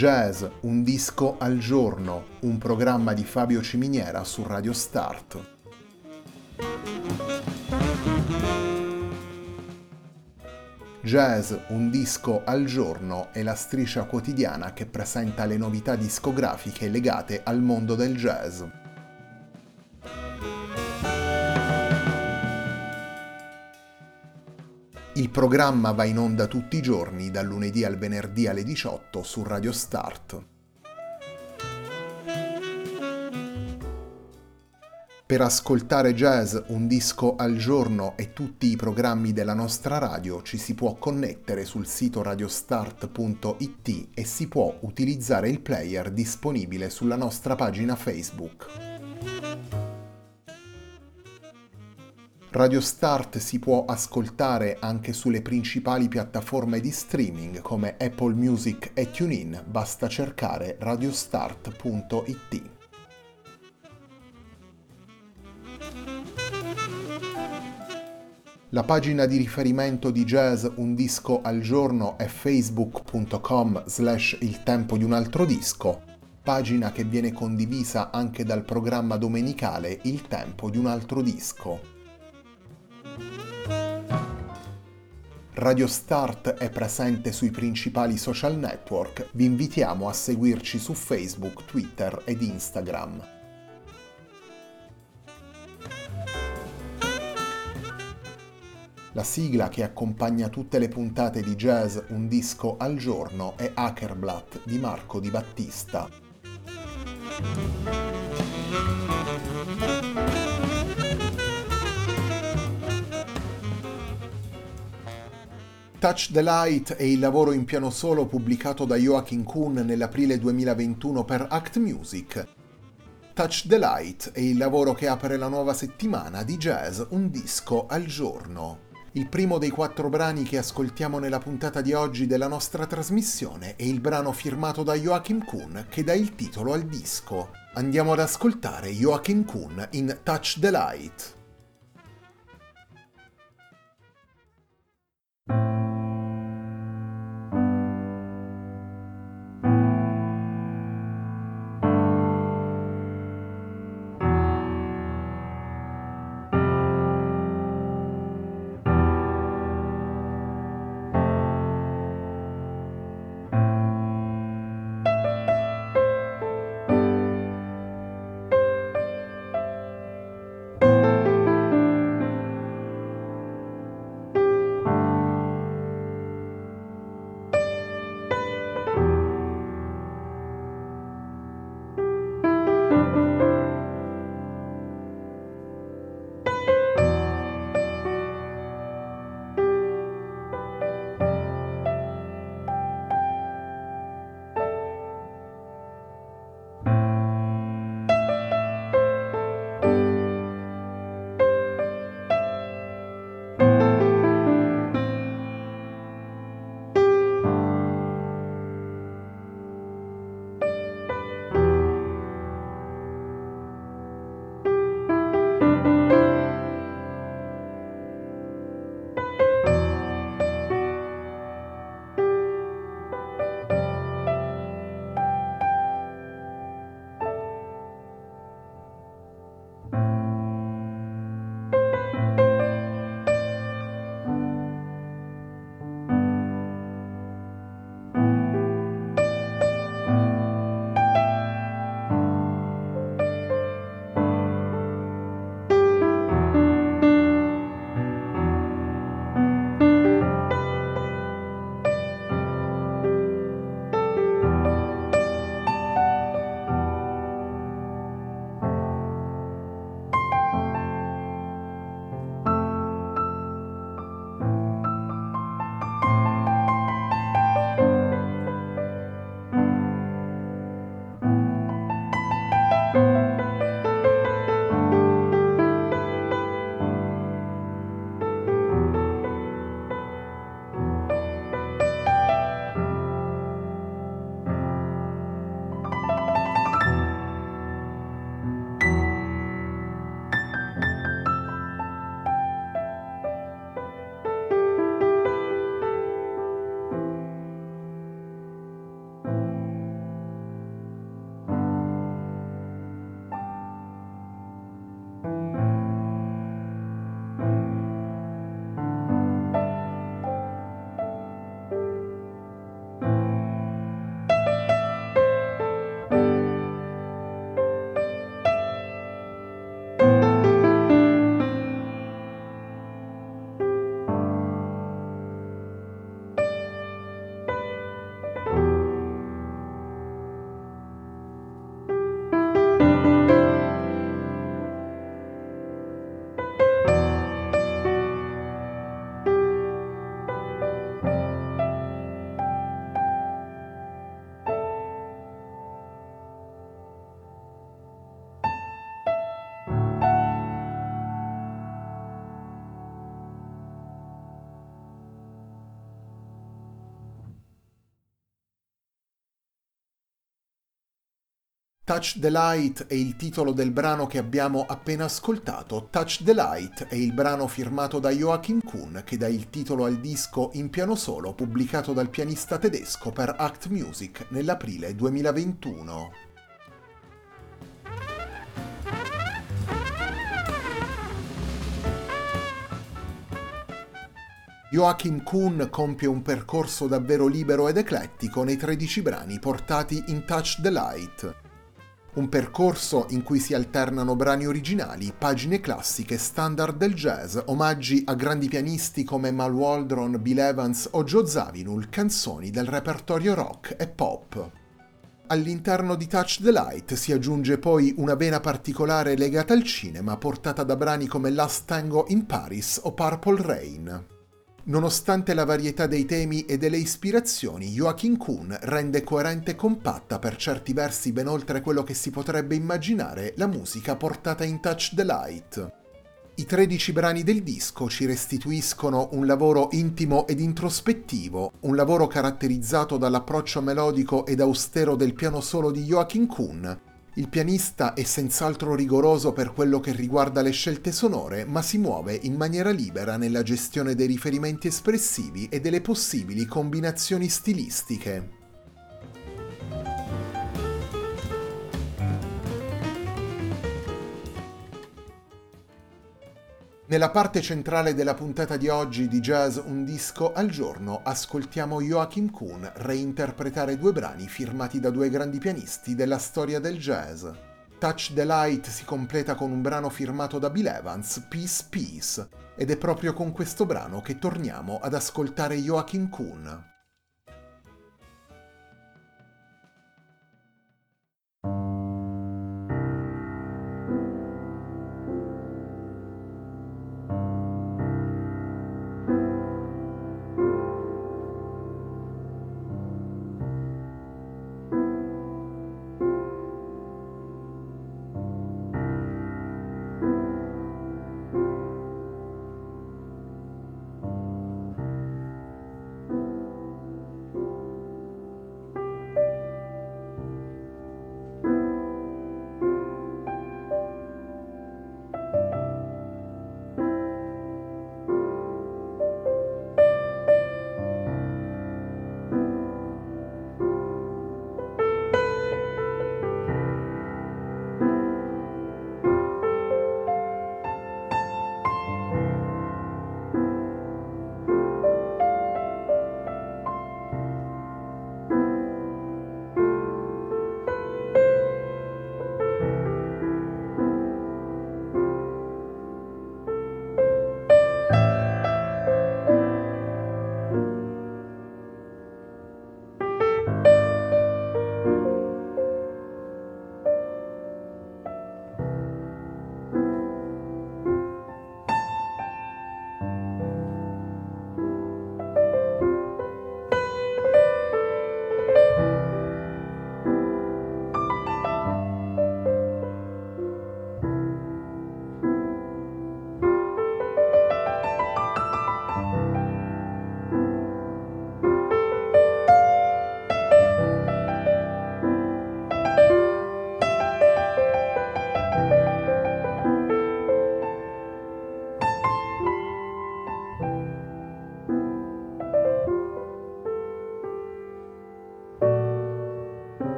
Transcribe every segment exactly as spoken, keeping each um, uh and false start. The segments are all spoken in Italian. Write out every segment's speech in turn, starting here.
Jazz, un disco al giorno, un programma di Fabio Ciminiera su Radio Start. Jazz, un disco al giorno è la striscia quotidiana che presenta le novità discografiche legate al mondo del jazz. Il programma va in onda tutti i giorni, dal lunedì al venerdì alle diciotto su Radio Start. Per ascoltare Jazz, un disco al giorno e tutti i programmi della nostra radio ci si può connettere sul sito radiostart punto it e si può utilizzare il player disponibile sulla nostra pagina Facebook. Radio Start si può ascoltare anche sulle principali piattaforme di streaming come Apple Music e TuneIn, basta cercare radiostart punto it. La pagina di riferimento di Jazz Un Disco al Giorno è facebook punto com slash il tempo di un altro disco, pagina che viene condivisa anche dal programma domenicale Il tempo di un altro disco. Radio Start è presente sui principali social network, vi invitiamo a seguirci su Facebook, Twitter ed Instagram. La sigla che accompagna tutte le puntate di Jazz Un Disco al Giorno è Hackerblatt di Marco Di Battista. Touch the Light è il lavoro in piano solo pubblicato da Joachim Kuhn nell'aprile duemilaventuno per Act Music. Touch the Light è il lavoro che apre la nuova settimana di Jazz Un Disco al Giorno. Il primo dei quattro brani che ascoltiamo nella puntata di oggi della nostra trasmissione è il brano firmato da Joachim Kuhn che dà il titolo al disco. Andiamo ad ascoltare Joachim Kuhn in Touch the Light. Touch the Light è il titolo del brano che abbiamo appena ascoltato. Touch the Light è il brano firmato da Joachim Kuhn che dà il titolo al disco in piano solo pubblicato dal pianista tedesco per Act Music nell'aprile duemilaventuno. Joachim Kuhn compie un percorso davvero libero ed eclettico nei tredici brani portati in Touch the Light. Un percorso in cui si alternano brani originali, pagine classiche, standard del jazz, omaggi a grandi pianisti come Mal Waldron, Bill Evans o Joe Zawinul, canzoni del repertorio rock e pop. All'interno di Touch the Light si aggiunge poi una vena particolare legata al cinema, portata da brani come Last Tango in Paris o Purple Rain. Nonostante la varietà dei temi e delle ispirazioni, Joachim Kuhn rende coerente e compatta, per certi versi ben oltre quello che si potrebbe immaginare, la musica portata in Touch the Light. I tredici brani del disco ci restituiscono un lavoro intimo ed introspettivo, un lavoro caratterizzato dall'approccio melodico ed austero del piano solo di Joachim Kuhn. Il pianista è senz'altro rigoroso per quello che riguarda le scelte sonore, ma si muove in maniera libera nella gestione dei riferimenti espressivi e delle possibili combinazioni stilistiche. Nella parte centrale della puntata di oggi di Jazz Un Disco al Giorno ascoltiamo Joachim Kuhn reinterpretare due brani firmati da due grandi pianisti della storia del jazz. Touch the Light si completa con un brano firmato da Bill Evans, Peace Peace, ed è proprio con questo brano che torniamo ad ascoltare Joachim Kuhn.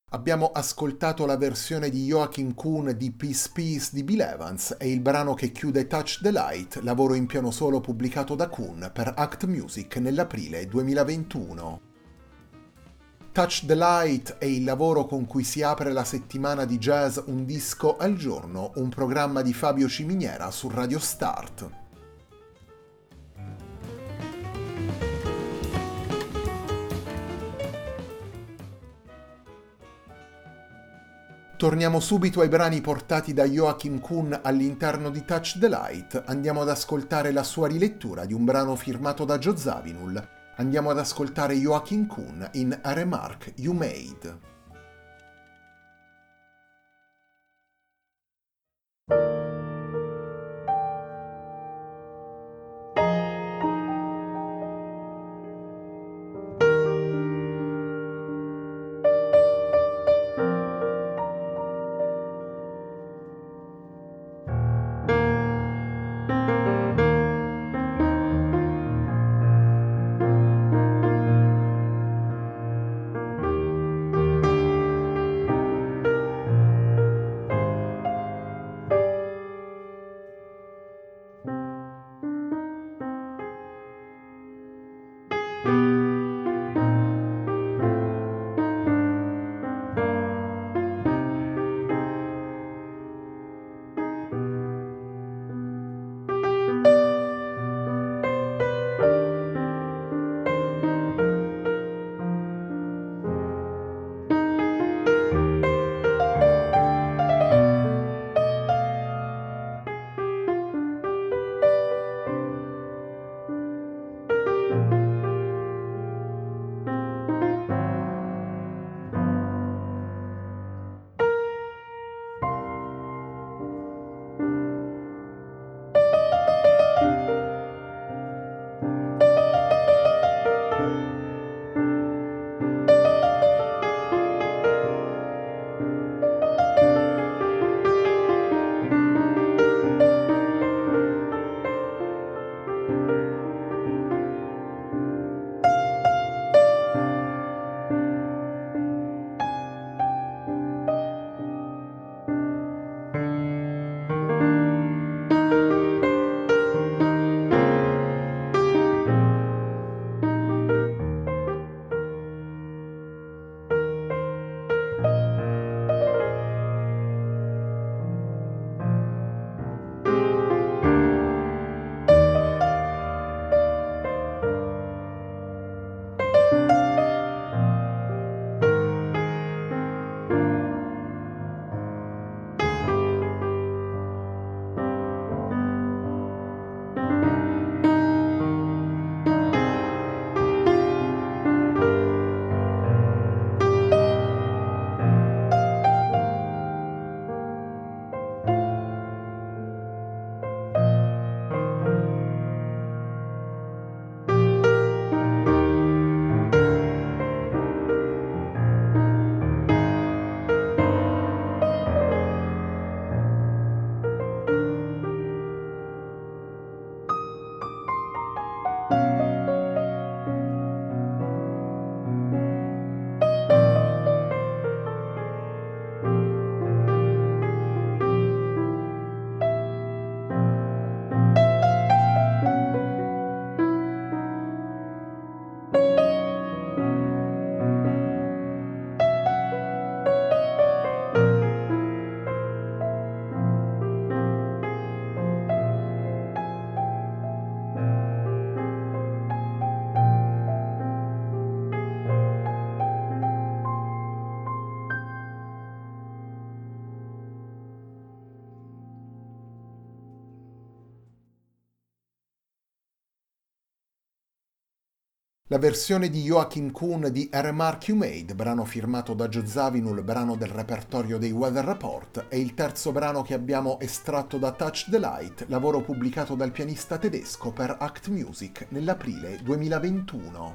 Abbiamo ascoltato la versione di Joachim Kuhn di Peace Peace di Bill Evans e il brano che chiude Touch the Light, lavoro in piano solo pubblicato da Kuhn per Act Music nell'aprile duemilaventuno. Touch the Light è il lavoro con cui si apre la settimana di jazz Un disco al giorno, un programma di Fabio Ciminiera su Radio Start. Torniamo subito ai brani portati da Joachim Kuhn all'interno di Touch the Light. Andiamo ad ascoltare la sua rilettura di un brano firmato da Joe Zawinul. Andiamo ad ascoltare Joachim Kuhn in A Remark You Made. La versione di Joachim Kuhn di A Remark You Made, brano firmato da Joe Zawinul, brano del repertorio dei Weather Report, è il terzo brano che abbiamo estratto da Touch the Light, lavoro pubblicato dal pianista tedesco per Act Music nell'aprile duemilaventuno.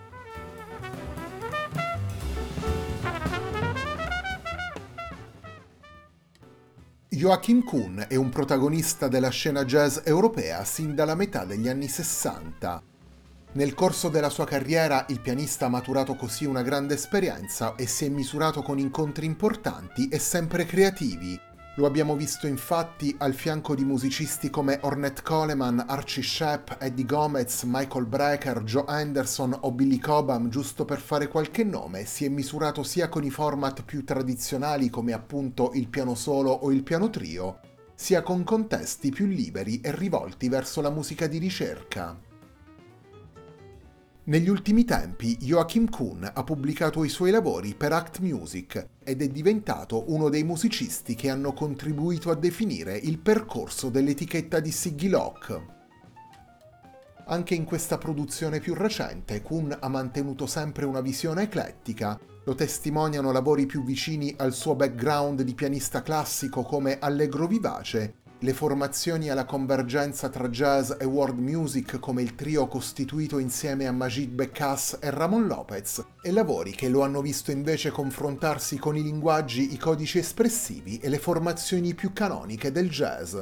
Joachim Kuhn è un protagonista della scena jazz europea sin dalla metà degli anni sessanta. Nel corso della sua carriera il pianista ha maturato così una grande esperienza e si è misurato con incontri importanti e sempre creativi. Lo abbiamo visto infatti al fianco di musicisti come Ornette Coleman, Archie Shepp, Eddie Gomez, Michael Brecker, Joe Anderson o Billy Cobham, giusto per fare qualche nome. Si è misurato sia con i format più tradizionali come appunto il piano solo o il piano trio, sia con contesti più liberi e rivolti verso la musica di ricerca. Negli ultimi tempi Joachim Kuhn ha pubblicato i suoi lavori per Act Music ed è diventato uno dei musicisti che hanno contribuito a definire il percorso dell'etichetta di Siggy Lock. Anche in questa produzione più recente Kuhn ha mantenuto sempre una visione eclettica, lo testimoniano lavori più vicini al suo background di pianista classico come Allegro vivace, le formazioni alla convergenza tra jazz e world music come il trio costituito insieme a Majid Bekas e Ramon Lopez, e lavori che lo hanno visto invece confrontarsi con i linguaggi, i codici espressivi e le formazioni più canoniche del jazz.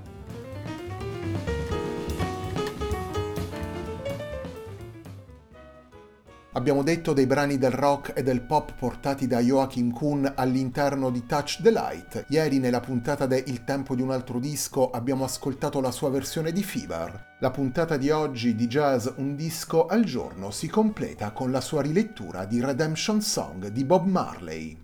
Abbiamo detto dei brani del rock e del pop portati da Joachim Kuhn all'interno di Touch the Light. Ieri nella puntata de Il tempo di un altro disco abbiamo ascoltato la sua versione di Fever. La puntata di oggi di Jazz Un disco al giorno si completa con la sua rilettura di Redemption Song di Bob Marley.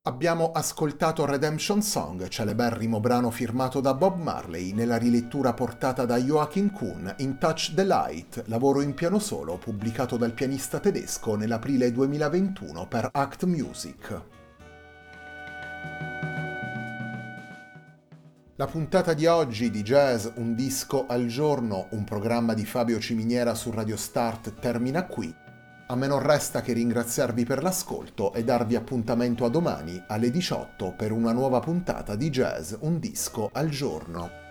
Abbiamo ascoltato Redemption Song, celeberrimo brano firmato da Bob Marley, nella rilettura portata da Joachim Kuhn in Touch the Light, lavoro in piano solo pubblicato dal pianista tedesco nell'aprile duemilaventuno per Act Music. La puntata di oggi di Jazz Un disco al giorno, un programma di Fabio Ciminiera su Radio Start, termina qui. A me non resta che ringraziarvi per l'ascolto e darvi appuntamento a domani alle diciotto per una nuova puntata di Jazz Un disco al giorno.